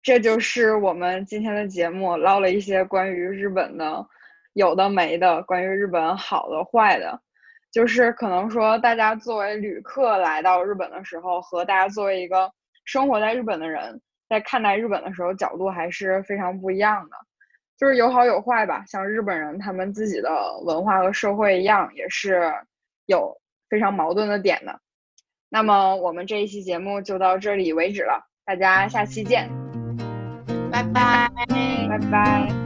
这就是我们今天的节目，唠了一些关于日本的有的没的，关于日本好的坏的，就是可能说大家作为旅客来到日本的时候，和大家作为一个生活在日本的人在看待日本的时候角度还是非常不一样的，就是有好有坏吧。像日本人他们自己的文化和社会一样，也是有非常矛盾的点的。那么我们这一期节目就到这里为止了，大家下期见， 拜拜， 拜拜。